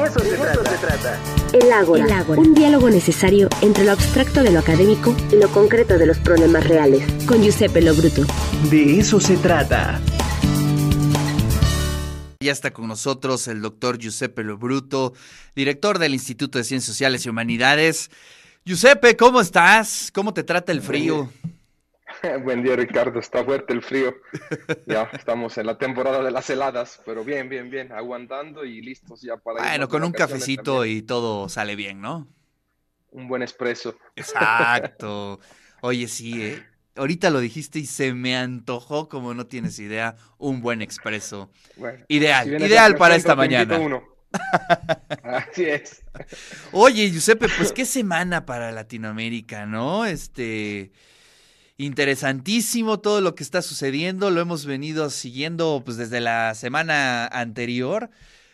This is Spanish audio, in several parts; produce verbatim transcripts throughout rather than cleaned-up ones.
eso se trata. se trata. El Ágora, El Ágora, un diálogo necesario entre lo abstracto de lo académico y lo concreto de los problemas reales. Con Giuseppe Lo Bruto. De eso se trata. Ya está con nosotros el doctor Giuseppe Lo Bruto, director del Instituto de Ciencias Sociales y Humanidades. Giuseppe, ¿cómo estás? ¿Cómo te trata el frío? Buen día, Ricardo. Está fuerte el frío. Ya estamos en la temporada de las heladas, pero bien, bien, bien, aguantando y listos ya para ir. Bueno, con un cafecito también. Y todo sale bien, ¿no? Un buen espresso. Exacto. Oye, sí, ¿eh? Ahorita lo dijiste y se me antojó, como no tienes idea, un buen expreso. Bueno, ideal, si ideal para esta mañana. Uno. Así es. Oye, Giuseppe, pues qué semana para Latinoamérica, ¿no? Este, interesantísimo todo lo que está sucediendo, lo hemos venido siguiendo pues desde la semana anterior,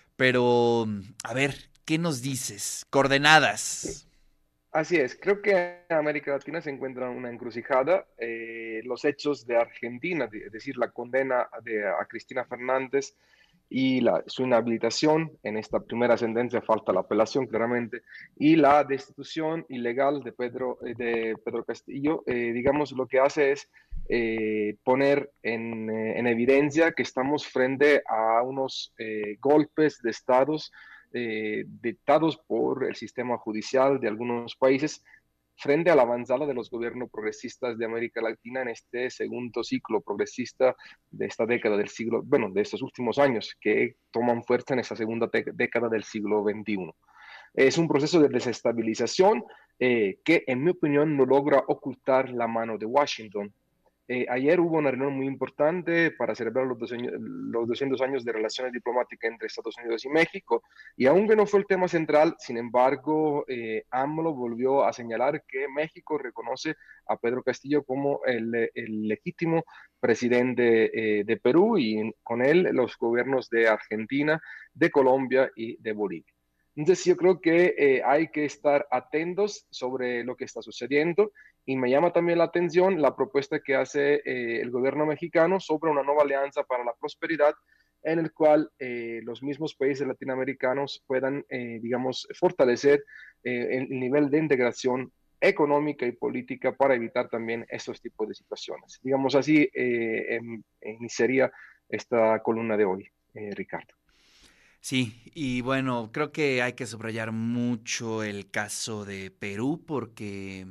pero a ver, ¿qué nos dices? Coordenadas. Así es, creo que en América Latina se encuentra una encrucijada. Eh, los hechos de Argentina, es decir, la condena de, a Cristina Fernández y la, su inhabilitación en esta primera sentencia, falta la apelación claramente, y la destitución ilegal de Pedro, de Pedro Castillo, eh, digamos, lo que hace es eh, poner en, eh, en evidencia que estamos frente a unos eh, golpes de estados eh, dictados por el sistema judicial de algunos países frente a la avanzada de los gobiernos progresistas de América Latina en este segundo ciclo progresista de esta década del siglo, bueno, de estos últimos años, que toman fuerza en esta segunda década del siglo veintiuno. Es un proceso de desestabilización eh, que, en mi opinión, no logra ocultar la mano de Washington. Eh, ayer hubo una reunión muy importante para celebrar los doscientos, los doscientos años de relaciones diplomáticas entre Estados Unidos y México, y aunque no fue el tema central, sin embargo, eh, AMLO volvió a señalar que México reconoce a Pedro Castillo como el, el legítimo presidente eh, de Perú y con él los gobiernos de Argentina, de Colombia y de Bolivia. Entonces yo creo que eh, hay que estar atentos sobre lo que está sucediendo y me llama también la atención la propuesta que hace eh, el gobierno mexicano sobre una nueva alianza para la prosperidad en el cual eh, los mismos países latinoamericanos puedan, eh, digamos, fortalecer eh, el nivel de integración económica y política para evitar también estos tipos de situaciones. Digamos así, eh, iniciaría esta columna de hoy, eh, Ricardo. Sí, y bueno, creo que hay que subrayar mucho el caso de Perú porque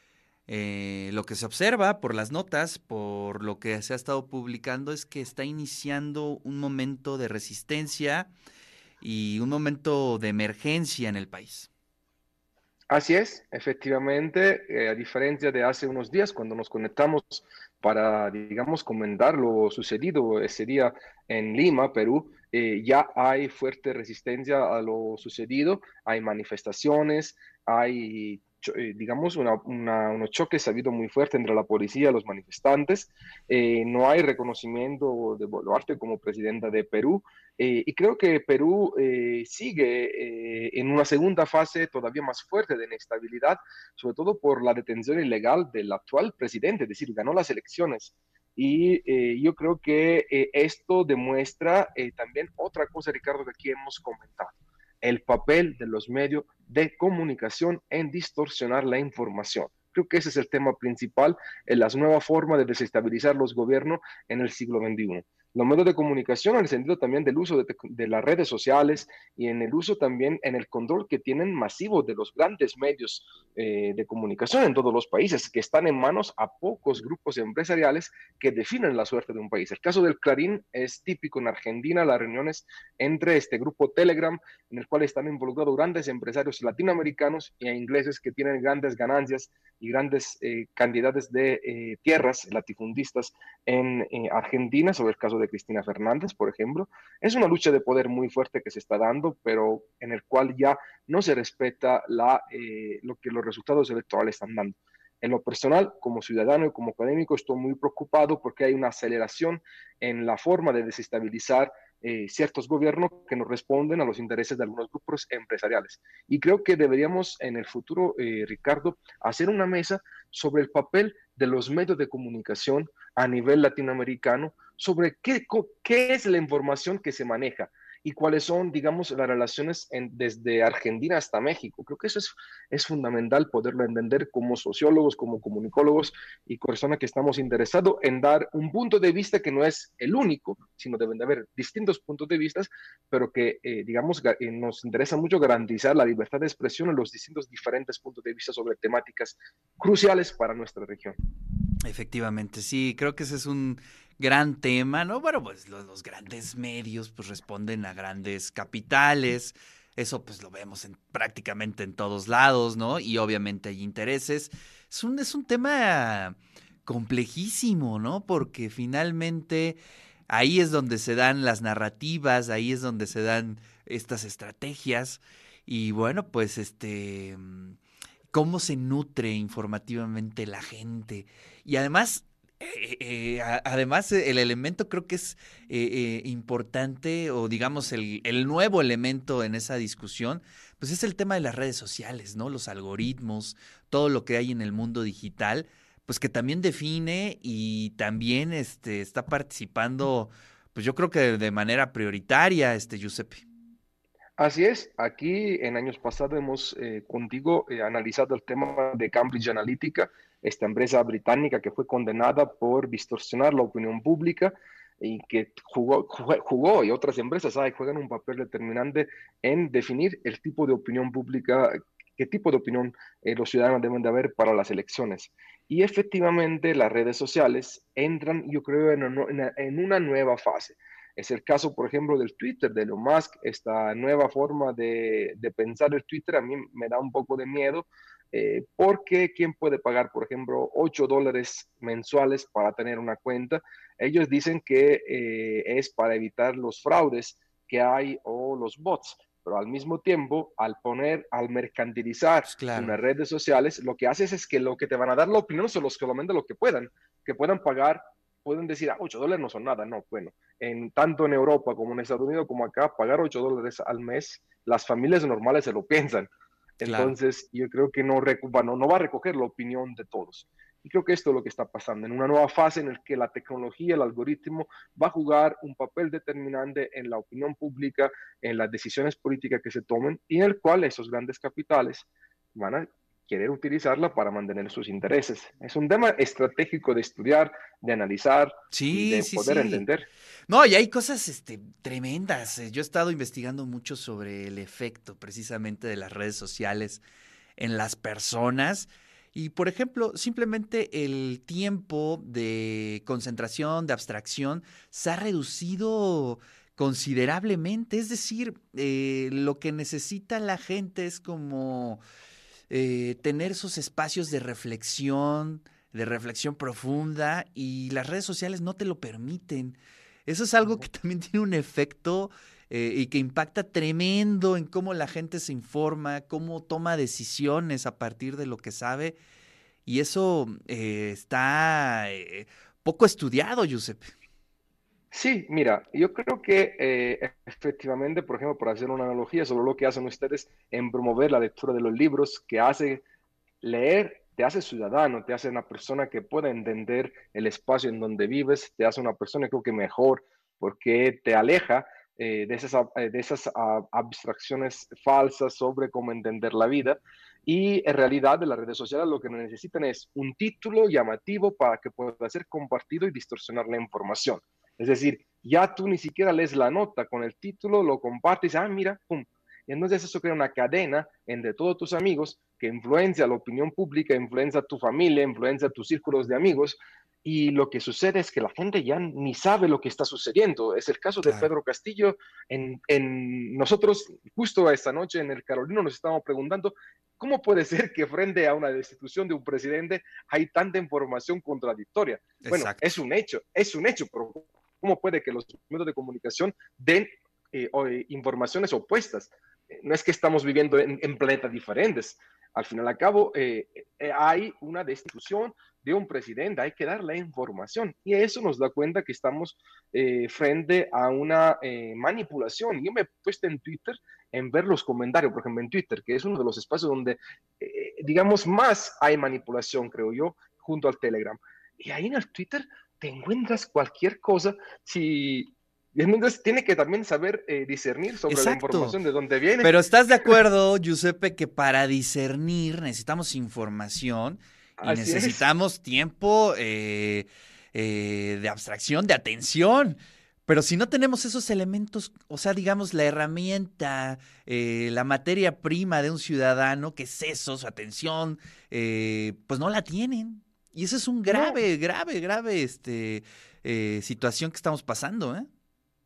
eh, lo que se observa por las notas, por lo que se ha estado publicando, es que está iniciando un momento de resistencia y un momento de emergencia en el país. Así es, efectivamente, eh, a diferencia de hace unos días cuando nos conectamos para, digamos, comentar lo sucedido ese día en Lima, Perú, eh, ya hay fuerte resistencia a lo sucedido, hay manifestaciones, hay, eh, digamos, una, una, unos choques ha habido muy fuertes entre la policía y los manifestantes, eh, no hay reconocimiento de Boluarte como presidenta de Perú, eh, y creo que Perú eh, sigue eh, en una segunda fase todavía más fuerte de inestabilidad, sobre todo por la detención ilegal del actual presidente, es decir, ganó las elecciones. Y eh, yo creo que eh, esto demuestra eh, también otra cosa, Ricardo, que aquí hemos comentado, el papel de los medios de comunicación en distorsionar la información. Creo que ese es el tema principal en las nuevas formas de desestabilizar los gobiernos en el siglo veintiuno. Los medios de comunicación en el sentido también del uso de, de, las redes sociales y en el uso también en el control que tienen masivo de los grandes medios eh, de comunicación en todos los países, que están en manos a pocos grupos empresariales que definen la suerte de un país. El caso del Clarín es típico en Argentina, las reuniones entre este grupo Telegram, en el cual están involucrados grandes empresarios latinoamericanos e ingleses que tienen grandes ganancias y grandes eh, cantidades de eh, tierras latifundistas en eh, Argentina, sobre el caso de Cristina Fernández, por ejemplo. Es una lucha de poder muy fuerte que se está dando, pero en el cual ya no se respeta la, eh, lo que los resultados electorales están dando. En lo personal, como ciudadano y como académico, estoy muy preocupado porque hay una aceleración en la forma de desestabilizar eh, ciertos gobiernos que no responden a los intereses de algunos grupos empresariales. Y creo que deberíamos en el futuro, eh, Ricardo, hacer una mesa sobre el papel de los medios de comunicación a nivel latinoamericano, sobre qué, qué es la información que se maneja y cuáles son, digamos, las relaciones en, desde Argentina hasta México. Creo que eso es, es fundamental poderlo entender como sociólogos, como comunicólogos y personas que estamos interesados en dar un punto de vista que no es el único, sino deben de haber distintos puntos de vista, pero que, eh, digamos, eh, nos interesa mucho garantizar la libertad de expresión en los distintos diferentes puntos de vista sobre temáticas cruciales para nuestra región. Efectivamente, sí, creo que ese es un gran tema, ¿no? Bueno, pues los, los grandes medios pues responden a grandes capitales, eso pues lo vemos en, prácticamente en todos lados, ¿no? Y obviamente hay intereses. Es un, es un tema complejísimo, ¿no? Porque finalmente ahí es donde se dan las narrativas, ahí es donde se dan estas estrategias y bueno, pues este... cómo se nutre informativamente la gente. Y además, eh, eh, a, además el elemento creo que es eh, eh, importante, o digamos el, el nuevo elemento en esa discusión, pues es el tema de las redes sociales, ¿no? Los algoritmos, todo lo que hay en el mundo digital, pues que también define y también este, está participando, pues yo creo que de manera prioritaria, este Giuseppe. Así es, aquí en años pasados hemos eh, contigo eh, analizado el tema de Cambridge Analytica, esta empresa británica que fue condenada por distorsionar la opinión pública y que jugó, jugó, jugó y otras empresas ¿sabes? Juegan un papel determinante en definir el tipo de opinión pública, qué tipo de opinión eh, los ciudadanos deben de haber para las elecciones. Y efectivamente las redes sociales entran, yo creo, en una, en una nueva fase. Es el caso, por ejemplo, del Twitter, de Elon Musk, esta nueva forma de, de pensar el Twitter a mí me da un poco de miedo, eh, porque ¿quién puede pagar, por ejemplo, ocho dólares mensuales para tener una cuenta? Ellos dicen que eh, es para evitar los fraudes que hay o los bots, pero al mismo tiempo, al poner, al mercantilizar Pues claro. unas redes sociales, lo que haces es que lo que te van a dar la opinión son los solamente lo que puedan, que puedan pagar, pueden decir, ah, ocho dólares no son nada, no, bueno, en, tanto en Europa como en Estados Unidos como acá, pagar ocho dólares al mes, las familias normales se lo piensan. Claro. Entonces, yo creo que no, bueno, no va a recoger la opinión de todos. Y creo que esto es lo que está pasando, en una nueva fase en la que la tecnología, el algoritmo, va a jugar un papel determinante en la opinión pública, en las decisiones políticas que se tomen, y en el cual esos grandes capitales van a querer utilizarla para mantener sus intereses. Es un tema estratégico de estudiar, de analizar y Sí, de sí, poder sí. entender. No, y hay cosas este, tremendas. Yo he estado investigando mucho sobre el efecto precisamente de las redes sociales en las personas. Y, por ejemplo, simplemente el tiempo de concentración, de abstracción, se ha reducido considerablemente. Es decir, eh, lo que necesita la gente es como eh, tener esos espacios de reflexión, de reflexión profunda, y las redes sociales no te lo permiten. Eso es algo que también tiene un efecto eh, y que impacta tremendo en cómo la gente se informa, cómo toma decisiones a partir de lo que sabe, y eso eh, está eh, poco estudiado, Giuseppe. Sí, mira, yo creo que eh, efectivamente, por ejemplo, por hacer una analogía sobre lo que hacen ustedes en promover la lectura de los libros, que hace leer, te hace ciudadano, te hace una persona que pueda entender el espacio en donde vives, te hace una persona creo que mejor, porque te aleja eh, de esas, eh, de esas uh, abstracciones falsas sobre cómo entender la vida. Y en realidad de las redes sociales lo que necesitan es un título llamativo para que pueda ser compartido y distorsionar la información. Es decir, ya tú ni siquiera lees la nota con el título, lo compartes, ah, mira, pum. Y entonces eso crea una cadena entre todos tus amigos que influencia la opinión pública, influencia a tu familia, influencia a tus círculos de amigos. Y lo que sucede es que la gente ya ni sabe lo que está sucediendo. Es el caso de Claro. Pedro Castillo. En, en nosotros, justo esta noche en el Carolino, nos estábamos preguntando cómo puede ser que frente a una destitución de un presidente hay tanta información contradictoria. Bueno, Exacto. es un hecho, es un hecho, pero ¿cómo puede que los medios de comunicación den eh, informaciones opuestas? No es que estamos viviendo en, en planetas diferentes. Al final y al cabo, eh, eh, hay una destitución de un presidente, hay que dar la información. Y eso nos da cuenta que estamos eh, frente a una eh, manipulación. Yo me he puesto en Twitter en ver los comentarios, por ejemplo, en Twitter, que es uno de los espacios donde, eh, digamos, más hay manipulación, creo yo, junto al Telegram. Y ahí en el Twitter te encuentras cualquier cosa. Si Y entonces tiene que también saber eh, discernir sobre la Exacto. información de dónde viene. Pero ¿estás de acuerdo, Giuseppe, que para discernir necesitamos información y Así es. necesitamos tiempo eh, eh, de abstracción, de atención? Pero si no tenemos esos elementos, o sea, digamos, la herramienta, eh, la materia prima de un ciudadano, que es eso, su atención, eh, pues no la tienen. Y eso es un grave, No. grave, grave este, eh, situación que estamos pasando, ¿eh?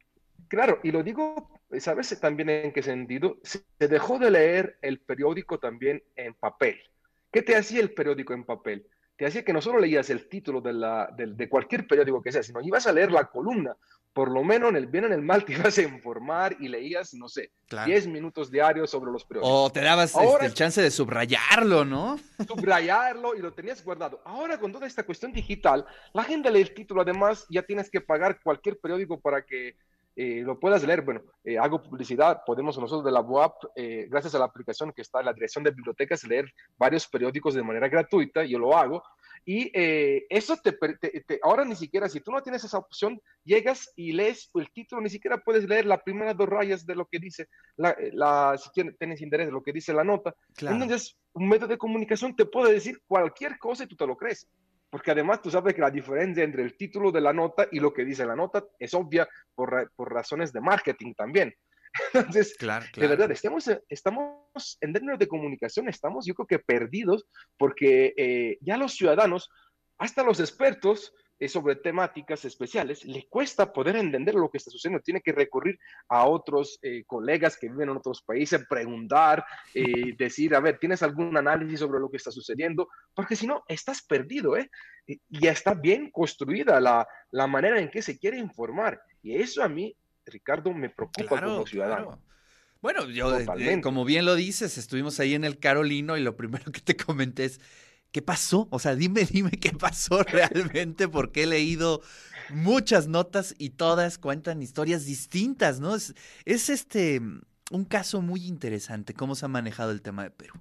Claro, y lo digo, ¿sabes también en qué sentido? Se dejó de leer el periódico también en papel. ¿Qué te hacía el periódico en papel? Te hacía que no solo leías el título de, la, de, de cualquier periódico que sea, sino ibas a leer la columna. Por lo menos en el bien o en el mal te ibas a informar y leías, no sé, Claro. diez minutos diarios sobre los periódicos. O te dabas Ahora, este, el chance de subrayarlo, ¿no? subrayarlo y lo tenías guardado. Ahora con toda esta cuestión digital, la gente lee el título, además ya tienes que pagar cualquier periódico para que eh, lo puedas leer. Bueno, eh, hago publicidad, podemos nosotros de la B U A P, eh, gracias a la aplicación que está en la Dirección de Bibliotecas, leer varios periódicos de manera gratuita, yo lo hago, y eh, eso te, te, te, ahora ni siquiera, si tú no tienes esa opción, llegas y lees el título, ni siquiera puedes leer las primeras dos rayas de lo que dice, la, la, si tienes interés de lo que dice la nota. Claro. Entonces, un medio de comunicación te puede decir cualquier cosa y tú te lo crees. Porque además tú sabes que la diferencia entre el título de la nota y lo que dice la nota es obvia por, por razones de marketing también. Entonces, claro, claro. de verdad, estamos, estamos en términos de comunicación, estamos yo creo que perdidos porque eh, ya los ciudadanos, hasta los expertos eh, sobre temáticas especiales, les cuesta poder entender lo que está sucediendo. Tiene que recurrir a otros eh, colegas que viven en otros países, preguntar, eh, decir, a ver, ¿tienes algún análisis sobre lo que está sucediendo? Porque si no, estás perdido, ¿eh? Y ya está bien construida la, la manera en que se quiere informar. Y eso a mí, Ricardo, me preocupa claro, como ciudadano. Claro. Bueno, yo, eh, como bien lo dices, estuvimos ahí en el Carolino y lo primero que te comenté es, ¿qué pasó? O sea, dime, dime qué pasó realmente, porque he leído muchas notas y todas cuentan historias distintas, ¿no? Es, es este un caso muy interesante, cómo se ha manejado el tema de Perú.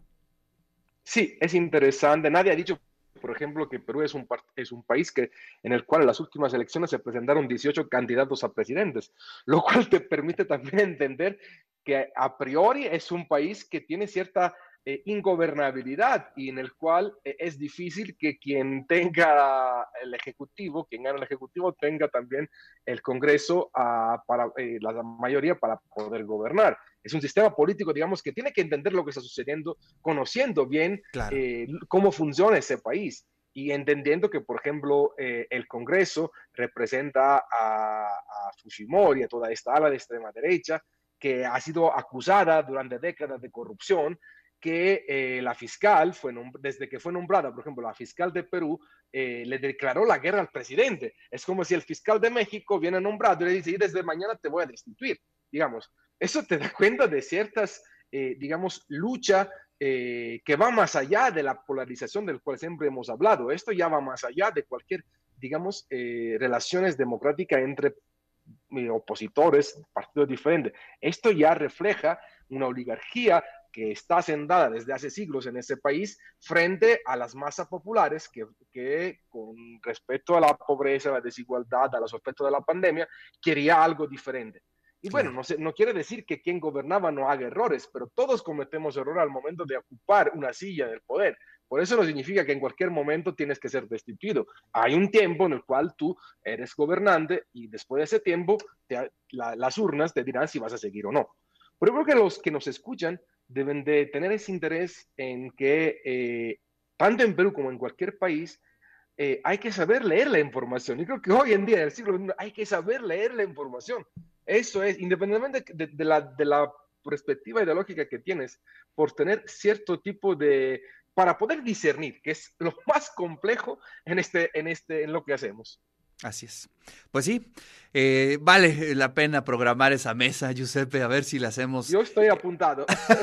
Sí, es interesante. Nadie ha dicho, por ejemplo, que Perú es un, es un país que, en el cual en las últimas elecciones se presentaron dieciocho candidatos a presidentes, lo cual te permite también entender que a priori es un país que tiene cierta eh, ingobernabilidad y en el cual eh, es difícil que quien tenga el Ejecutivo, quien gana el Ejecutivo, tenga también el Congreso a, para eh, la mayoría para poder gobernar. Es un sistema político, digamos, que tiene que entender lo que está sucediendo, conociendo bien claro. eh, cómo funciona ese país y entendiendo que, por ejemplo, eh, el Congreso representa a, a Fujimori, a toda esta ala de extrema derecha, que ha sido acusada durante décadas de corrupción, que eh, la fiscal, fue desde que fue nombrada, por ejemplo, la fiscal de Perú, eh, le declaró la guerra al presidente. Es como si el fiscal de México viene nombrado y le dice, y desde mañana te voy a destituir, digamos. Eso te da cuenta de ciertas, eh, digamos, lucha eh, que va más allá de la polarización del cual siempre hemos hablado. Esto ya va más allá de cualquier, digamos, eh, relaciones democráticas entre eh, opositores, partidos diferentes. Esto ya refleja una oligarquía que está sentada desde hace siglos en ese país frente a las masas populares que, que con respecto a la pobreza, a la desigualdad, a los aspectos de la pandemia, quería algo diferente. Y bueno, no, sé, no quiere decir que quien gobernaba no haga errores, pero todos cometemos errores al momento de ocupar una silla del poder. Por eso no significa que en cualquier momento tienes que ser destituido. Hay un tiempo en el cual tú eres gobernante y después de ese tiempo te, la, las urnas te dirán si vas a seguir o no. Pero creo que los que nos escuchan deben de tener ese interés en que eh, tanto en Perú como en cualquier país eh, hay que saber leer la información. Y creo que hoy en día, en el siglo veintiuno, hay que saber leer la información. Eso es, independientemente de, de, la, de la perspectiva ideológica que tienes, por tener cierto tipo de, para poder discernir, que es lo más complejo en, este, en, este, en lo que hacemos. Así es. Pues sí, eh, vale la pena programar esa mesa, Giuseppe, a ver si la hacemos. Yo estoy apuntado.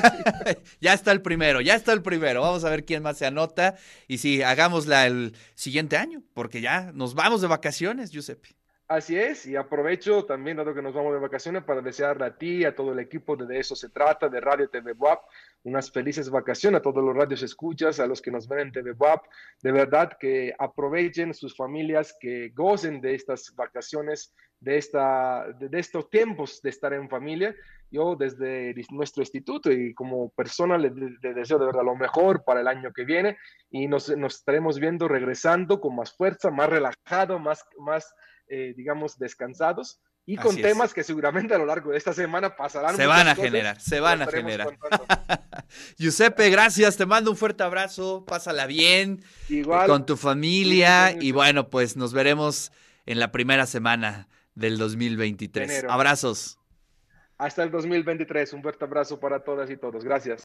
Ya está el primero, ya está el primero. Vamos a ver quién más se anota. Y sí, hagámosla el siguiente año, porque ya nos vamos de vacaciones, Giuseppe. Así es, y aprovecho también, dado que nos vamos de vacaciones, para desearle a ti, a todo el equipo de, de Eso Se Trata, de Radio T V B U A P, unas felices vacaciones, a todos los radios escuchas, a los que nos ven en T V B U A P, de verdad que aprovechen sus familias, que gocen de estas vacaciones, de, esta, de, de estos tiempos de estar en familia. Yo desde nuestro instituto y como persona les de, de deseo de verdad lo mejor para el año que viene y nos, nos estaremos viendo regresando con más fuerza, más relajado, más... más eh, digamos, descansados y con Así temas es. que seguramente a lo largo de esta semana pasarán. Se muchas van a cosas, generar, se lo van a estaremos generar. contando. Giuseppe, gracias, te mando un fuerte abrazo, pásala bien eh, Igual, con tu familia cuídense y mucho. bueno, pues nos veremos en la primera semana del dos mil De veintitrés. enero. Abrazos. Hasta el dos mil veintitrés. Un fuerte abrazo para todas y todos. Gracias.